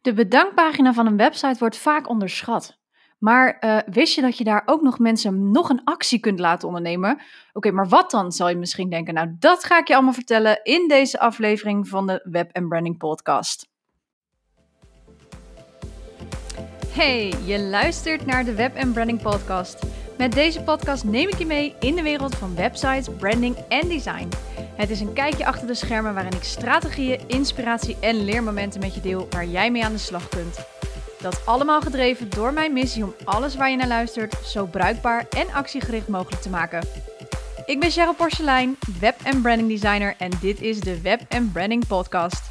De bedankpagina van een website wordt vaak onderschat. Maar wist je dat je daar ook nog mensen nog een actie kunt laten ondernemen? Oké, maar wat dan, zal je misschien denken. Nou, dat ga ik je allemaal vertellen in deze aflevering van de Web & Branding Podcast. Hey, je luistert naar de Web & Branding Podcast. Met deze podcast neem ik je mee in de wereld van websites, branding en design. Het is een kijkje achter de schermen waarin ik strategieën, inspiratie en leermomenten met je deel waar jij mee aan de slag kunt. Dat allemaal gedreven door mijn missie om alles waar je naar luistert zo bruikbaar en actiegericht mogelijk te maken. Ik ben Cheryl Porcelein, web- en branding designer en dit is de Web & Branding Podcast.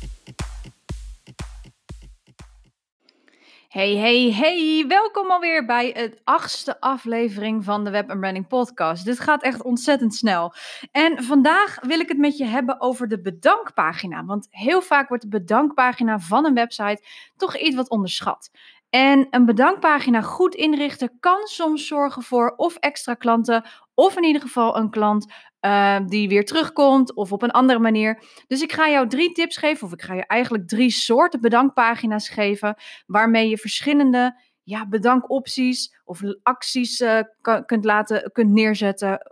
Hey, welkom alweer bij het 8e aflevering van de Web & Branding Podcast. Dit gaat echt ontzettend snel. En vandaag wil ik het met je hebben over de bedankpagina. Want heel vaak wordt de bedankpagina van een website toch iets wat onderschat. En een bedankpagina goed inrichten kan soms zorgen voor of extra klanten, of in ieder geval een klant die weer terugkomt of op een andere manier. Dus ik ga jou 3 tips geven, of ik ga je eigenlijk 3 soorten bedankpagina's geven, waarmee je verschillende bedankopties of acties kunt neerzetten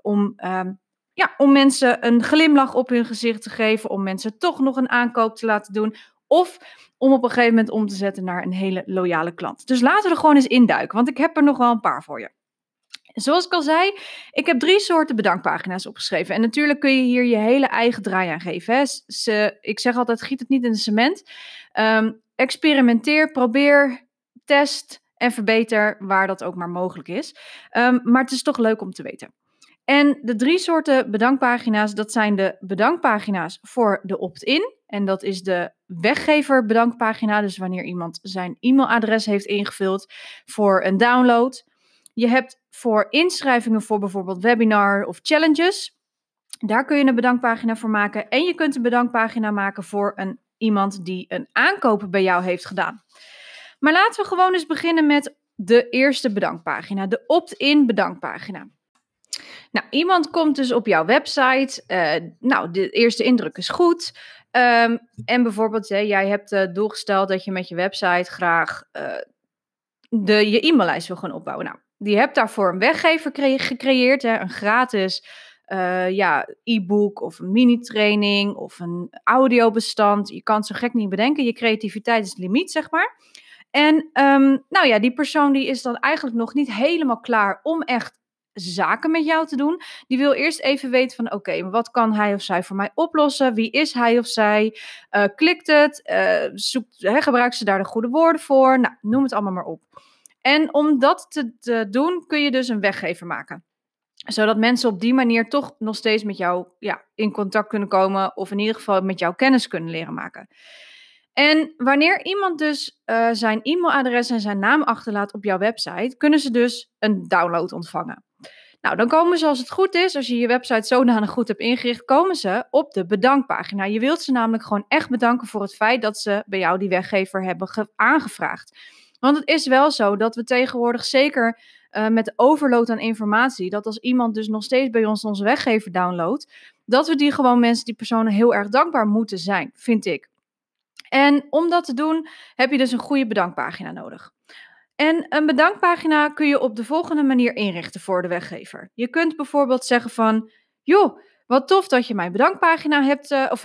om mensen een glimlach op hun gezicht te geven, om mensen toch nog een aankoop te laten doen, of om op een gegeven moment om te zetten naar een hele loyale klant. Dus laten we er gewoon eens induiken, want ik heb er nog wel een paar voor je. Zoals ik al zei, ik heb 3 soorten bedankpagina's opgeschreven. En natuurlijk kun je hier je hele eigen draai aan geven. Hè. Ik zeg altijd, giet het niet in de cement. Experimenteer, probeer, test en verbeter waar dat ook maar mogelijk is. Maar het is toch leuk om te weten. En de 3 soorten bedankpagina's, dat zijn de bedankpagina's voor de opt-in. En dat is de weggever bedankpagina. Dus wanneer iemand zijn e-mailadres heeft ingevuld voor een download. Je hebt voor inschrijvingen voor bijvoorbeeld webinar of challenges. Daar kun je een bedankpagina voor maken. En je kunt een bedankpagina maken voor iemand die een aankoop bij jou heeft gedaan. Maar laten we gewoon eens beginnen met de eerste bedankpagina. De opt-in bedankpagina. Nou, iemand komt dus op jouw website. De eerste indruk is goed. En bijvoorbeeld, jij hebt het doel gesteld dat je met je website graag je e-maillijst wil gaan opbouwen. Nou, die hebt daarvoor een weggever gecreëerd. Een gratis e-book of een mini-training of een audiobestand. Je kan het zo gek niet bedenken. Je creativiteit is het limiet, zeg maar. En die persoon die is dan eigenlijk nog niet helemaal klaar om echt zaken met jou te doen. Die wil eerst even weten van oké, wat kan hij of zij voor mij oplossen? Wie is hij of zij? Klikt het? Gebruikt ze daar de goede woorden voor? Nou, noem het allemaal maar op. En om dat te doen kun je dus een weggever maken. Zodat mensen op die manier toch nog steeds met jou in contact kunnen komen. Of in ieder geval met jou kennis kunnen leren maken. En wanneer iemand dus zijn e-mailadres en zijn naam achterlaat op jouw website, kunnen ze dus een download ontvangen. Nou, dan komen ze, als het goed is, als je je website zodanig goed hebt ingericht, komen ze op de bedankpagina. Je wilt ze namelijk gewoon echt bedanken voor het feit dat ze bij jou die weggever hebben aangevraagd. Want het is wel zo dat we tegenwoordig zeker met de overload aan informatie, dat als iemand dus nog steeds bij ons onze weggever downloadt, dat we die personen heel erg dankbaar moeten zijn, vind ik. En om dat te doen heb je dus een goede bedankpagina nodig. En een bedankpagina kun je op de volgende manier inrichten voor de weggever. Je kunt bijvoorbeeld zeggen van, joh, wat tof dat je mijn bedankpagina hebt,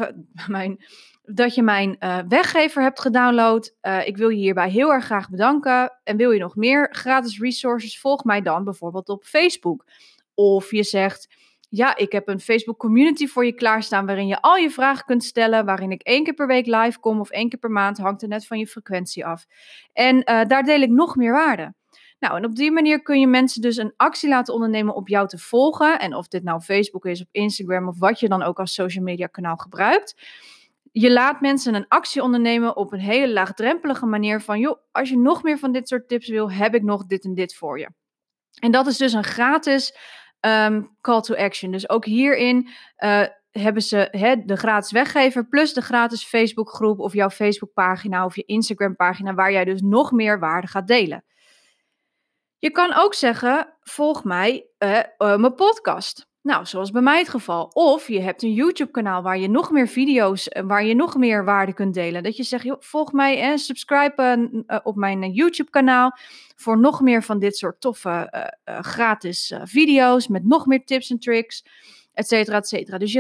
dat je mijn weggever hebt gedownload. Ik wil je hierbij heel erg graag bedanken. En wil je nog meer gratis resources, volg mij dan bijvoorbeeld op Facebook. Of je zegt, ja, ik heb een Facebook community voor je klaarstaan waarin je al je vragen kunt stellen, waarin ik 1 keer per week live kom of 1 keer per maand, hangt er net van je frequentie af. En daar deel ik nog meer waarde. Nou, en op die manier kun je mensen dus een actie laten ondernemen op jou te volgen. En of dit nou Facebook is, op Instagram of wat je dan ook als social media kanaal gebruikt. Je laat mensen een actie ondernemen op een hele laagdrempelige manier van, joh, als je nog meer van dit soort tips wil, heb ik nog dit en dit voor je. En dat is dus een gratis call to action. Dus ook hierin hebben ze de gratis weggever plus de gratis Facebookgroep of jouw Facebookpagina of je Instagram-pagina waar jij dus nog meer waarde gaat delen. Je kan ook zeggen, volg mij mijn podcast. Nou, zoals bij mij het geval. Of je hebt een YouTube-kanaal waar je nog meer video's, waar je nog meer waarde kunt delen. Dat je zegt, joh, volg mij en subscribe op mijn YouTube-kanaal voor nog meer van dit soort toffe gratis video's met nog meer tips en tricks, et cetera, et cetera. Dus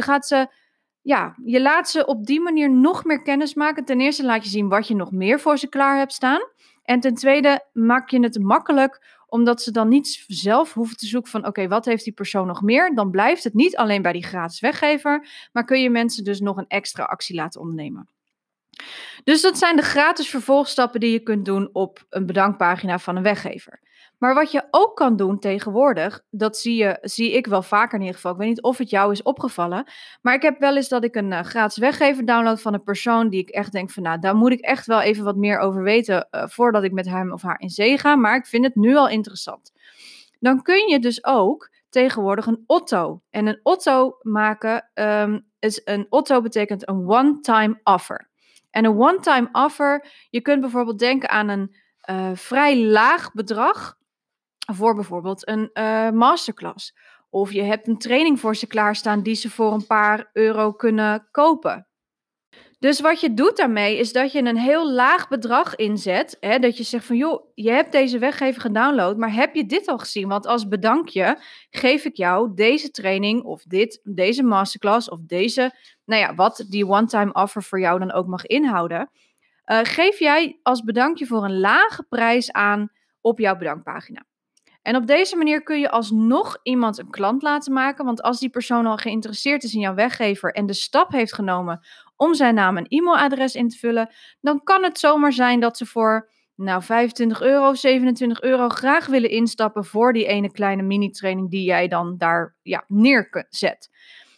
je laat ze op die manier nog meer kennis maken. Ten eerste laat je zien wat je nog meer voor ze klaar hebt staan. En ten tweede maak je het makkelijk, omdat ze dan niet zelf hoeven te zoeken van oké, wat heeft die persoon nog meer? Dan blijft het niet alleen bij die gratis weggever, maar kun je mensen dus nog een extra actie laten ondernemen. Dus dat zijn de gratis vervolgstappen die je kunt doen op een bedankpagina van een weggever. Maar wat je ook kan doen tegenwoordig, dat zie ik wel vaker in ieder geval. Ik weet niet of het jou is opgevallen, maar ik heb wel eens dat ik een gratis weggever download van een persoon die ik echt denk van nou, daar moet ik echt wel even wat meer over weten voordat ik met hem of haar in zee ga. Maar ik vind het nu al interessant. Dan kun je dus ook tegenwoordig een Otto. En een Otto maken, een Otto betekent een one-time offer. En een one-time offer, je kunt bijvoorbeeld denken aan een vrij laag bedrag voor bijvoorbeeld een masterclass. Of je hebt een training voor ze klaarstaan die ze voor een paar euro kunnen kopen. Dus wat je doet daarmee is dat je een heel laag bedrag inzet. Hè, dat je zegt van joh, je hebt deze weggever gedownload, maar heb je dit al gezien? Want als bedankje geef ik jou deze training of deze masterclass of deze, nou ja, wat die one-time offer voor jou dan ook mag inhouden. Geef jij als bedankje voor een lage prijs aan op jouw bedankpagina. En op deze manier kun je alsnog iemand een klant laten maken. Want als die persoon al geïnteresseerd is in jouw weggever en de stap heeft genomen om zijn naam en e-mailadres in te vullen, dan kan het zomaar zijn dat ze voor 25 euro, 27 euro graag willen instappen voor die ene kleine mini-training die jij dan daar neerzet.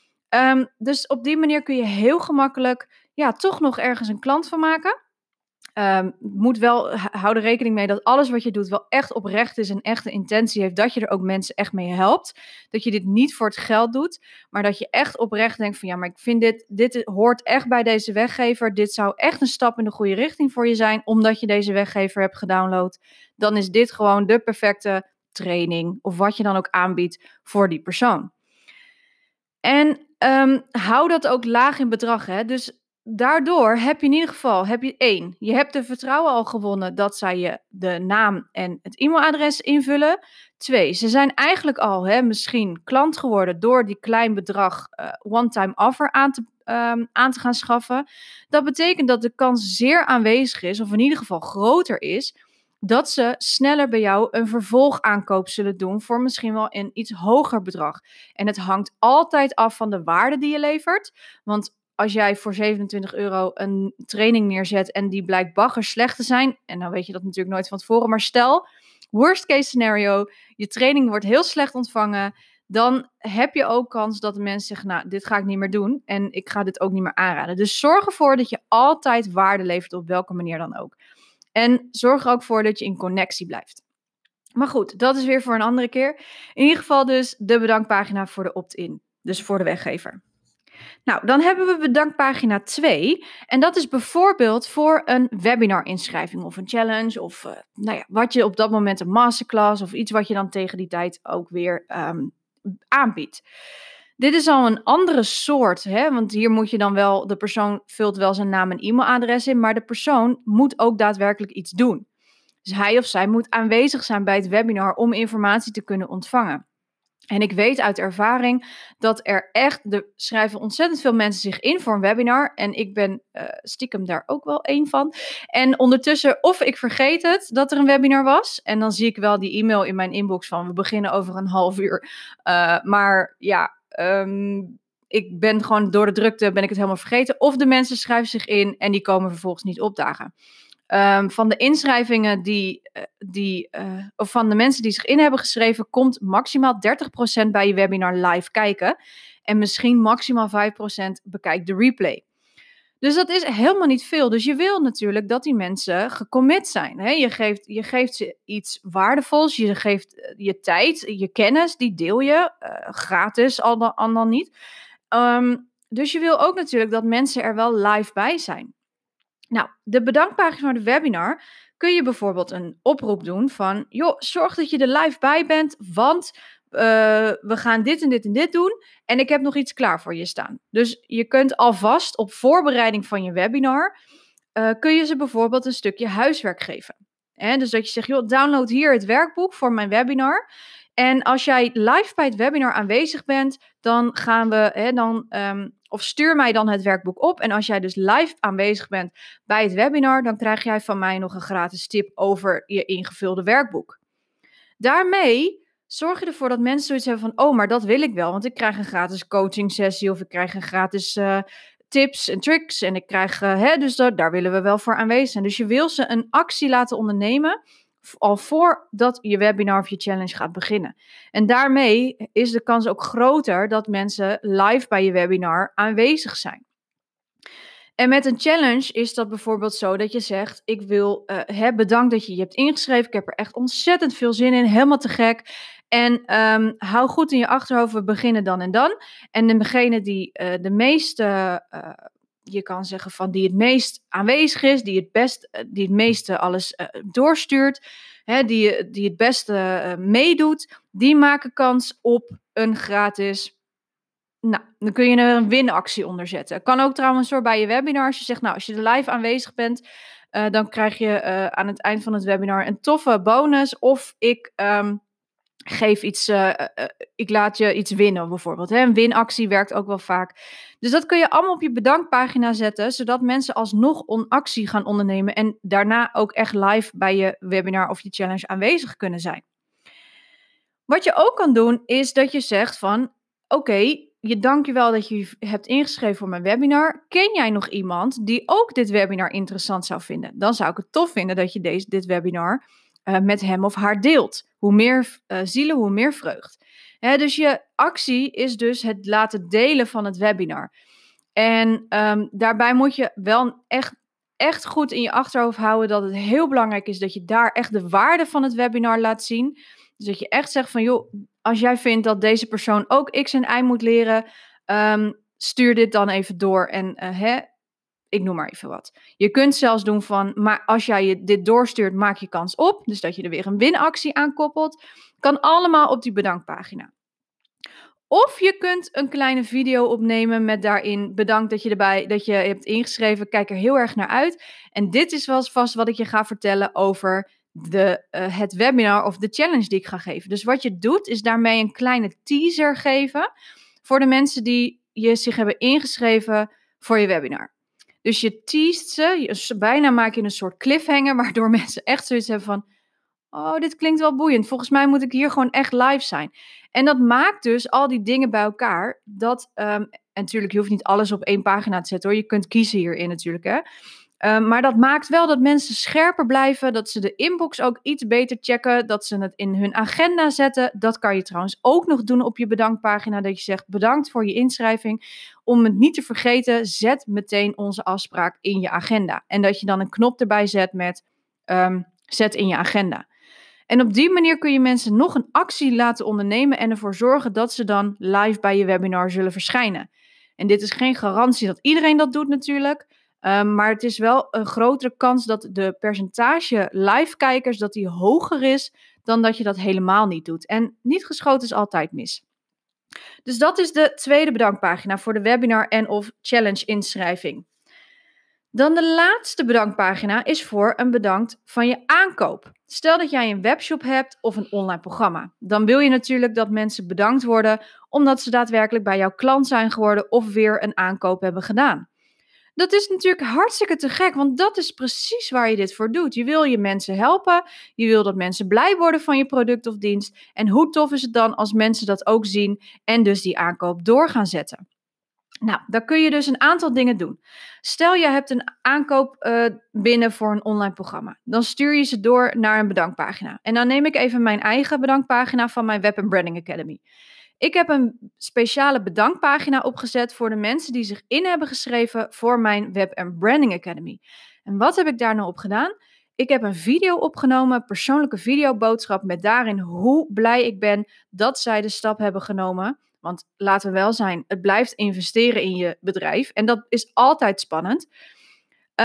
Dus op die manier kun je heel gemakkelijk toch nog ergens een klant van maken. Hou er rekening mee dat alles wat je doet wel echt oprecht is en echte intentie heeft, dat je er ook mensen echt mee helpt. Dat je dit niet voor het geld doet, maar dat je echt oprecht denkt van ja, maar ik vind dit hoort echt bij deze weggever. Dit zou echt een stap in de goede richting voor je zijn, omdat je deze weggever hebt gedownload. Dan is dit gewoon de perfecte training of wat je dan ook aanbiedt voor die persoon. En hou dat ook laag in bedrag, hè. Dus daardoor heb je in ieder geval, je hebt de vertrouwen al gewonnen dat zij je de naam en het e-mailadres invullen. 2, ze zijn eigenlijk al misschien klant geworden door die klein bedrag one-time offer aan te gaan schaffen. Dat betekent dat de kans zeer aanwezig is, of in ieder geval groter is, dat ze sneller bij jou een vervolgaankoop zullen doen voor misschien wel een iets hoger bedrag. En het hangt altijd af van de waarde die je levert. Want als jij voor 27 euro een training neerzet en die blijkt bagger slecht te zijn, en dan weet je dat natuurlijk nooit van tevoren, maar stel, worst case scenario, je training wordt heel slecht ontvangen, dan heb je ook kans dat de mensen zeggen, nou, dit ga ik niet meer doen en ik ga dit ook niet meer aanraden. Dus zorg ervoor dat je altijd waarde levert op welke manier dan ook. En zorg er ook voor dat je in connectie blijft. Maar goed, dat is weer voor een andere keer. In ieder geval dus de bedankpagina voor de opt-in. Dus voor de weggever. Nou, dan hebben we bedankpagina 2. En dat is bijvoorbeeld voor een webinar-inschrijving of een challenge. Of wat je op dat moment een masterclass of iets wat je dan tegen die tijd ook weer aanbiedt. Dit is al een andere soort, want hier moet je dan wel, de persoon vult wel zijn naam en e-mailadres in, maar de persoon moet ook daadwerkelijk iets doen. Dus hij of zij moet aanwezig zijn bij het webinar om informatie te kunnen ontvangen. En ik weet uit ervaring dat er schrijven ontzettend veel mensen zich in voor een webinar. En ik ben stiekem daar ook wel één van. En ondertussen, of ik vergeet het dat er een webinar was. En dan zie ik wel die e-mail in mijn inbox van we beginnen over een half uur. Ik ben gewoon door de drukte ben ik het helemaal vergeten. Of de mensen schrijven zich in en die komen vervolgens niet opdagen. Van de inschrijvingen of van de mensen die zich in hebben geschreven, komt maximaal 30% bij je webinar live kijken. En misschien maximaal 5% bekijkt de replay. Dus dat is helemaal niet veel. Dus je wil natuurlijk dat die mensen gecommit zijn. Hè? Je geeft ze iets waardevols, je geeft je tijd, je kennis, die deel je gratis, al dan niet. Dus je wil ook natuurlijk dat mensen er wel live bij zijn. Nou, de bedankpagina voor de webinar kun je bijvoorbeeld een oproep doen van, joh, zorg dat je er live bij bent, want we gaan dit en dit en dit doen en ik heb nog iets klaar voor je staan. Dus je kunt alvast op voorbereiding van je webinar, kun je ze bijvoorbeeld een stukje huiswerk geven. Dus dat je zegt, joh, download hier het werkboek voor mijn webinar. En als jij live bij het webinar aanwezig bent, dan gaan we, of stuur mij dan het werkboek op. En als jij dus live aanwezig bent bij het webinar, dan krijg jij van mij nog een gratis tip over je ingevulde werkboek. Daarmee zorg je ervoor dat mensen zoiets hebben van, oh, maar dat wil ik wel, want ik krijg een gratis coaching sessie of ik krijg een gratis tips en tricks en ik krijg, dus daar willen we wel voor aanwezig zijn. Dus je wil ze een actie laten ondernemen al voordat je webinar of je challenge gaat beginnen. En daarmee is de kans ook groter dat mensen live bij je webinar aanwezig zijn. En met een challenge is dat bijvoorbeeld zo dat je zegt, ik wil, bedankt dat je je hebt ingeschreven. Ik heb er echt ontzettend veel zin in, helemaal te gek. En hou goed in je achterhoofd, we beginnen dan en dan. En degene die de meeste, je kan zeggen van die het meest aanwezig is, die het meeste alles doorstuurt, die het beste meedoet, die maken kans op een gratis. Nou, dan kun je er een winactie onder zetten. Kan ook trouwens hoor bij je webinar. Als je zegt, nou, als je er live aanwezig bent, dan krijg je aan het eind van het webinar een toffe bonus. Of ik geef iets, ik laat je iets winnen bijvoorbeeld. Een winactie werkt ook wel vaak. Dus dat kun je allemaal op je bedankpagina zetten, zodat mensen alsnog actie gaan ondernemen en daarna ook echt live bij je webinar of je challenge aanwezig kunnen zijn. Wat je ook kan doen, is dat je zegt van, oké, dank je wel dat je hebt ingeschreven voor mijn webinar. Ken jij nog iemand die ook dit webinar interessant zou vinden? Dan zou ik het tof vinden dat je dit webinar met hem of haar deelt. Hoe meer zielen, hoe meer vreugd. Dus je actie is dus het laten delen van het webinar. En daarbij moet je wel echt goed in je achterhoofd houden dat het heel belangrijk is dat je daar echt de waarde van het webinar laat zien. Dus dat je echt zegt van, joh, als jij vindt dat deze persoon ook X en Y moet leren, stuur dit dan even door en ik noem maar even wat. Je kunt zelfs doen van, maar als jij dit doorstuurt, maak je kans op. Dus dat je er weer een winactie aan koppelt. Kan allemaal op die bedankpagina. Of je kunt een kleine video opnemen met daarin bedankt dat je hebt ingeschreven. Kijk er heel erg naar uit. En dit is wel vast wat ik je ga vertellen over het webinar of de challenge die ik ga geven. Dus wat je doet is daarmee een kleine teaser geven voor de mensen die zich hebben ingeschreven voor je webinar. Dus je teast ze, bijna maak je een soort cliffhanger, waardoor mensen echt zoiets hebben van, oh, dit klinkt wel boeiend. Volgens mij moet ik hier gewoon echt live zijn. En dat maakt dus al die dingen bij elkaar. En natuurlijk, je hoeft niet alles op één pagina te zetten hoor. Je kunt kiezen hierin natuurlijk hè. Maar dat maakt wel dat mensen scherper blijven. Dat ze de inbox ook iets beter checken. Dat ze het in hun agenda zetten. Dat kan je trouwens ook nog doen op je bedankpagina. Dat je zegt bedankt voor je inschrijving. Om het niet te vergeten, zet meteen onze afspraak in je agenda. En dat je dan een knop erbij zet met zet in je agenda. En op die manier kun je mensen nog een actie laten ondernemen en ervoor zorgen dat ze dan live bij je webinar zullen verschijnen. En dit is geen garantie dat iedereen dat doet natuurlijk, maar het is wel een grotere kans dat de percentage live kijkers dat die hoger is dan dat je dat helemaal niet doet. En niet geschoten is altijd mis. Dus dat is de tweede bedankpagina voor de webinar en of challenge inschrijving. Dan de laatste bedankpagina is voor een bedankt van je aankoop. Stel dat jij een webshop hebt of een online programma. Dan wil je natuurlijk dat mensen bedankt worden omdat ze daadwerkelijk bij jouw klant zijn geworden of weer een aankoop hebben gedaan. Dat is natuurlijk hartstikke te gek, want dat is precies waar je dit voor doet. Je wil je mensen helpen, je wil dat mensen blij worden van je product of dienst. En hoe tof is het dan als mensen dat ook zien en dus die aankoop door gaan zetten? Nou, daar kun je dus een aantal dingen doen. Stel je hebt een aankoop binnen voor een online programma. Dan stuur je ze door naar een bedankpagina. En dan neem ik even mijn eigen bedankpagina van mijn Web Branding Academy. Ik heb een speciale bedankpagina opgezet voor de mensen die zich in hebben geschreven voor mijn Web Branding Academy. En wat heb ik daar nou op gedaan? Ik heb een video opgenomen, een persoonlijke videoboodschap met daarin hoe blij ik ben dat zij de stap hebben genomen. Want laten we wel zijn, het blijft investeren in je bedrijf. En dat is altijd spannend.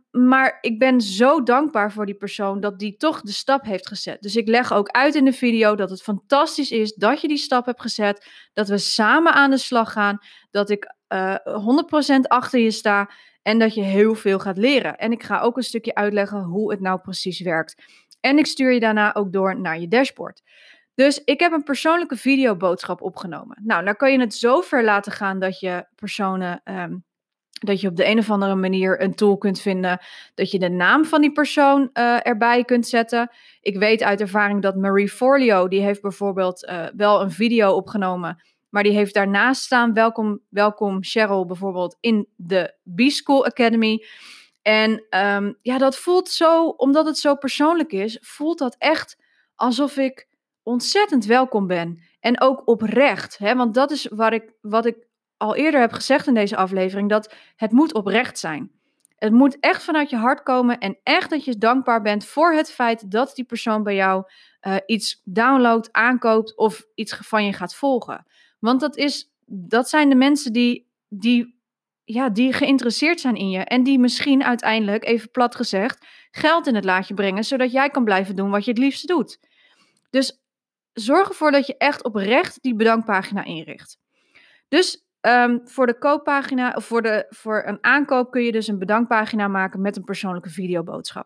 Maar ik ben zo dankbaar voor die persoon dat die toch de stap heeft gezet. Dus ik leg ook uit in de video dat het fantastisch is dat je die stap hebt gezet. Dat we samen aan de slag gaan. Dat ik 100% achter je sta. En dat je heel veel gaat leren. En ik ga ook een stukje uitleggen hoe het nou precies werkt. En ik stuur je daarna ook door naar je dashboard. Dus ik heb een persoonlijke videoboodschap opgenomen. Nou, dan kan je het zo ver laten gaan dat je personen... dat je op de een of andere manier een tool kunt vinden dat je de naam van die persoon erbij kunt zetten. Ik weet uit ervaring dat Marie Forleo, die heeft bijvoorbeeld wel een video opgenomen, maar die heeft daarnaast staan, welkom Cheryl bijvoorbeeld in de B-School Academy. En dat voelt zo, omdat het zo persoonlijk is, voelt dat echt alsof ik ontzettend welkom ben. En ook oprecht, hè? Want dat is wat ik al eerder heb gezegd in deze aflevering, dat het moet oprecht zijn. Het moet echt vanuit je hart komen en echt dat je dankbaar bent voor het feit dat die persoon bij jou iets downloadt, aankoopt of iets van je gaat volgen. Want dat zijn de mensen die geïnteresseerd zijn in je en die misschien uiteindelijk, even plat gezegd, geld in het laadje brengen, zodat jij kan blijven doen wat je het liefste doet. Dus zorg ervoor dat je echt oprecht die bedankpagina inricht. Dus voor de kooppagina of voor een aankoop kun je dus een bedankpagina maken met een persoonlijke videoboodschap.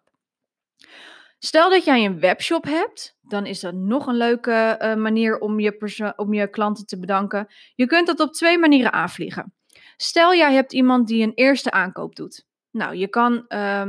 Stel dat jij een webshop hebt, dan is dat nog een leuke manier om je klanten te bedanken. Je kunt dat op 2 manieren aanvliegen. Stel jij hebt iemand die een eerste aankoop doet. Nou, je kan,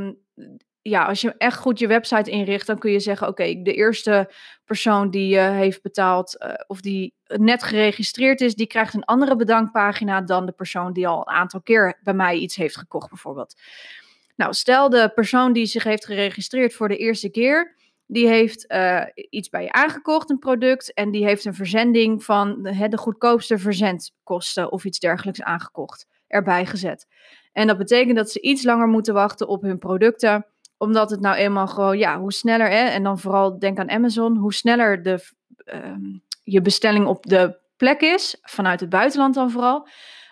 als je echt goed je website inricht, dan kun je zeggen, oké, de eerste persoon die heeft betaald of die net geregistreerd is, die krijgt een andere bedankpagina dan de persoon die al een aantal keer bij mij iets heeft gekocht bijvoorbeeld. Nou, stel de persoon die zich heeft geregistreerd voor de eerste keer, die heeft iets bij je aangekocht, een product, en die heeft een verzending van de goedkoopste verzendkosten of iets dergelijks aangekocht, erbij gezet. En dat betekent dat ze iets langer moeten wachten op hun producten, omdat het nou eenmaal gewoon, hoe sneller, en dan vooral denk aan Amazon, hoe sneller je bestelling op de plek is, vanuit het buitenland dan vooral,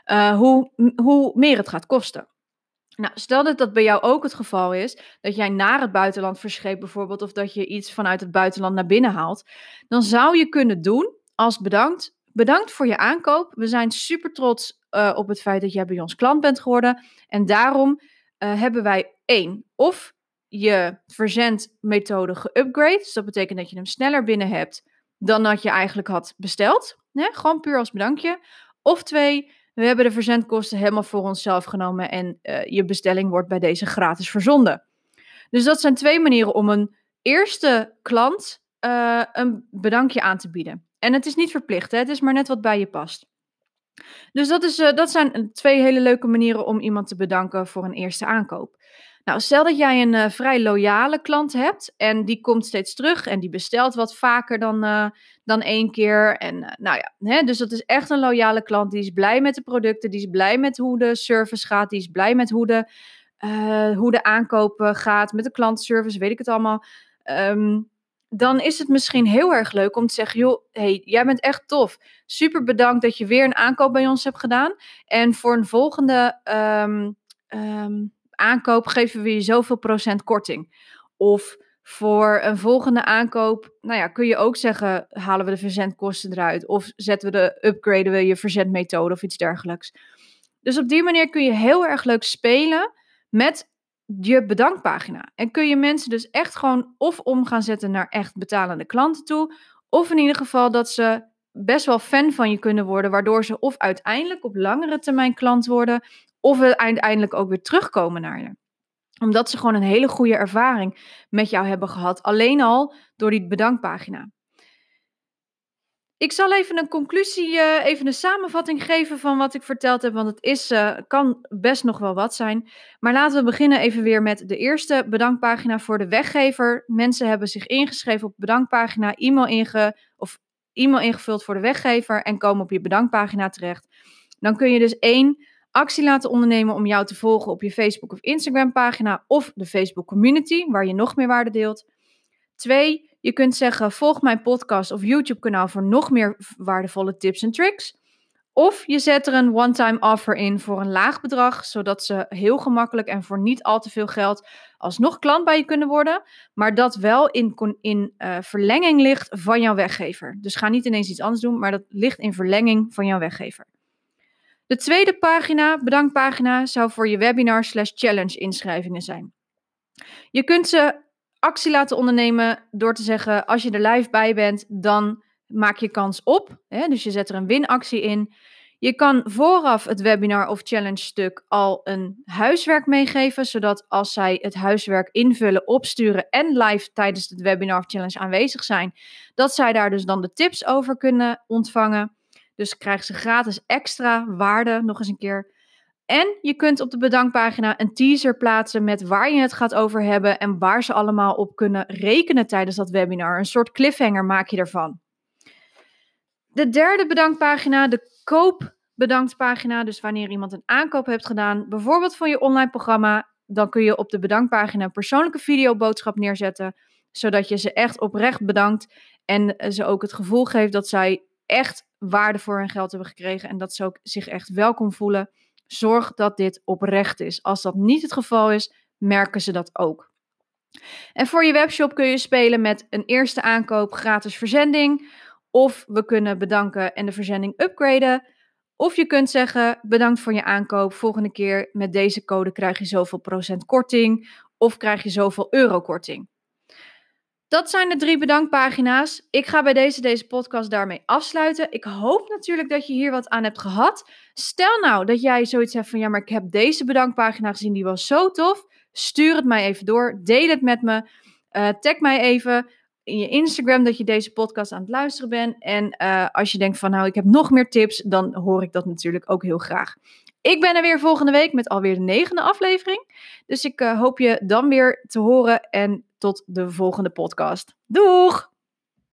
hoe meer het gaat kosten. Nou, stel dat dat bij jou ook het geval is, dat jij naar het buitenland verscheept bijvoorbeeld, of dat je iets vanuit het buitenland naar binnen haalt, dan zou je kunnen doen als bedankt voor je aankoop. We zijn super trots op het feit dat jij bij ons klant bent geworden en daarom hebben wij of je verzendmethode geüpgrade, dus dat betekent dat je hem sneller binnen hebt dan dat je eigenlijk had besteld, gewoon puur als bedankje. Of 2, we hebben de verzendkosten helemaal voor onszelf genomen en je bestelling wordt bij deze gratis verzonden. Dus dat zijn 2 manieren om een eerste klant een bedankje aan te bieden. En het is niet verplicht, het is maar net wat bij je past. Dus dat zijn 2 hele leuke manieren om iemand te bedanken voor een eerste aankoop. Nou, stel dat jij een vrij loyale klant hebt en die komt steeds terug en die bestelt wat vaker dan 1 keer. En dus dat is echt een loyale klant, die is blij met de producten, die is blij met hoe de service gaat, die is blij met hoe de aankopen gaat, met de klantenservice, weet ik het allemaal. Dan is het misschien heel erg leuk om te zeggen, joh, hey, jij bent echt tof. Super bedankt dat je weer een aankoop bij ons hebt gedaan. En voor een volgende aankoop geven we je zoveel procent korting. Of voor een volgende aankoop, kun je ook zeggen, halen we de verzendkosten eruit. Of upgraden we je verzendmethode of iets dergelijks. Dus op die manier kun je heel erg leuk spelen met je bedankpagina. En kun je mensen dus echt gewoon of om gaan zetten naar echt betalende klanten toe. Of in ieder geval dat ze best wel fan van je kunnen worden. Waardoor ze of uiteindelijk op langere termijn klant worden. Of uiteindelijk ook weer terugkomen naar je. Omdat ze gewoon een hele goede ervaring met jou hebben gehad. Alleen al door die bedankpagina. Ik zal even een conclusie, even een samenvatting geven van wat ik verteld heb. Want het kan best nog wel wat zijn. Maar laten we beginnen even weer met de eerste bedankpagina voor de weggever. Mensen hebben zich ingeschreven op de bedankpagina, e-mail ingevuld voor de weggever en komen op je bedankpagina terecht. Dan kun je dus 1 actie laten ondernemen om jou te volgen op je Facebook of Instagram pagina of de Facebook community, waar je nog meer waarde deelt. 2, je kunt zeggen, volg mijn podcast of YouTube kanaal voor nog meer waardevolle tips en tricks. Of je zet er een one-time offer in voor een laag bedrag, zodat ze heel gemakkelijk en voor niet al te veel geld alsnog klant bij je kunnen worden, maar dat wel in verlenging ligt van jouw weggever. Dus ga niet ineens iets anders doen, maar dat ligt in verlenging van jouw weggever. De tweede pagina, bedankpagina, zou voor je webinar/challenge inschrijvingen zijn. Je kunt ze actie laten ondernemen door te zeggen, als je er live bij bent, dan maak je kans op. Dus je zet er een winactie in. Je kan vooraf het webinar of challenge stuk al een huiswerk meegeven, zodat als zij het huiswerk invullen, opsturen en live tijdens het webinar of challenge aanwezig zijn, dat zij daar dus dan de tips over kunnen ontvangen. Dus krijgen ze gratis extra waarde nog eens een keer. En je kunt op de bedankpagina een teaser plaatsen met waar je het gaat over hebben en waar ze allemaal op kunnen rekenen tijdens dat webinar. Een soort cliffhanger maak je ervan. De derde bedankpagina, de koopbedanktpagina. Dus wanneer iemand een aankoop heeft gedaan, bijvoorbeeld voor je online programma, dan kun je op de bedankpagina een persoonlijke videoboodschap neerzetten, zodat je ze echt oprecht bedankt en ze ook het gevoel geeft dat zij echt waarde voor hun geld hebben gekregen en dat ze ook zich echt welkom voelen. Zorg dat dit oprecht is. Als dat niet het geval is, merken ze dat ook. En voor je webshop kun je spelen met een eerste aankoop gratis verzending. Of we kunnen bedanken en de verzending upgraden. Of je kunt zeggen, bedankt voor je aankoop. Volgende keer met deze code krijg je zoveel procent korting. Of krijg je zoveel euro korting. Dat zijn de 3 bedankpagina's. Ik ga bij deze podcast daarmee afsluiten. Ik hoop natuurlijk dat je hier wat aan hebt gehad. Stel nou dat jij zoiets hebt van, ja, maar ik heb deze bedankpagina gezien, die was zo tof. Stuur het mij even door. Deel het met me. Tag mij even in je Instagram dat je deze podcast aan het luisteren bent. En als je denkt van, nou, ik heb nog meer tips, dan hoor ik dat natuurlijk ook heel graag. Ik ben er weer volgende week met alweer de 9e aflevering. Dus ik hoop je dan weer te horen en tot de volgende podcast. Doeg!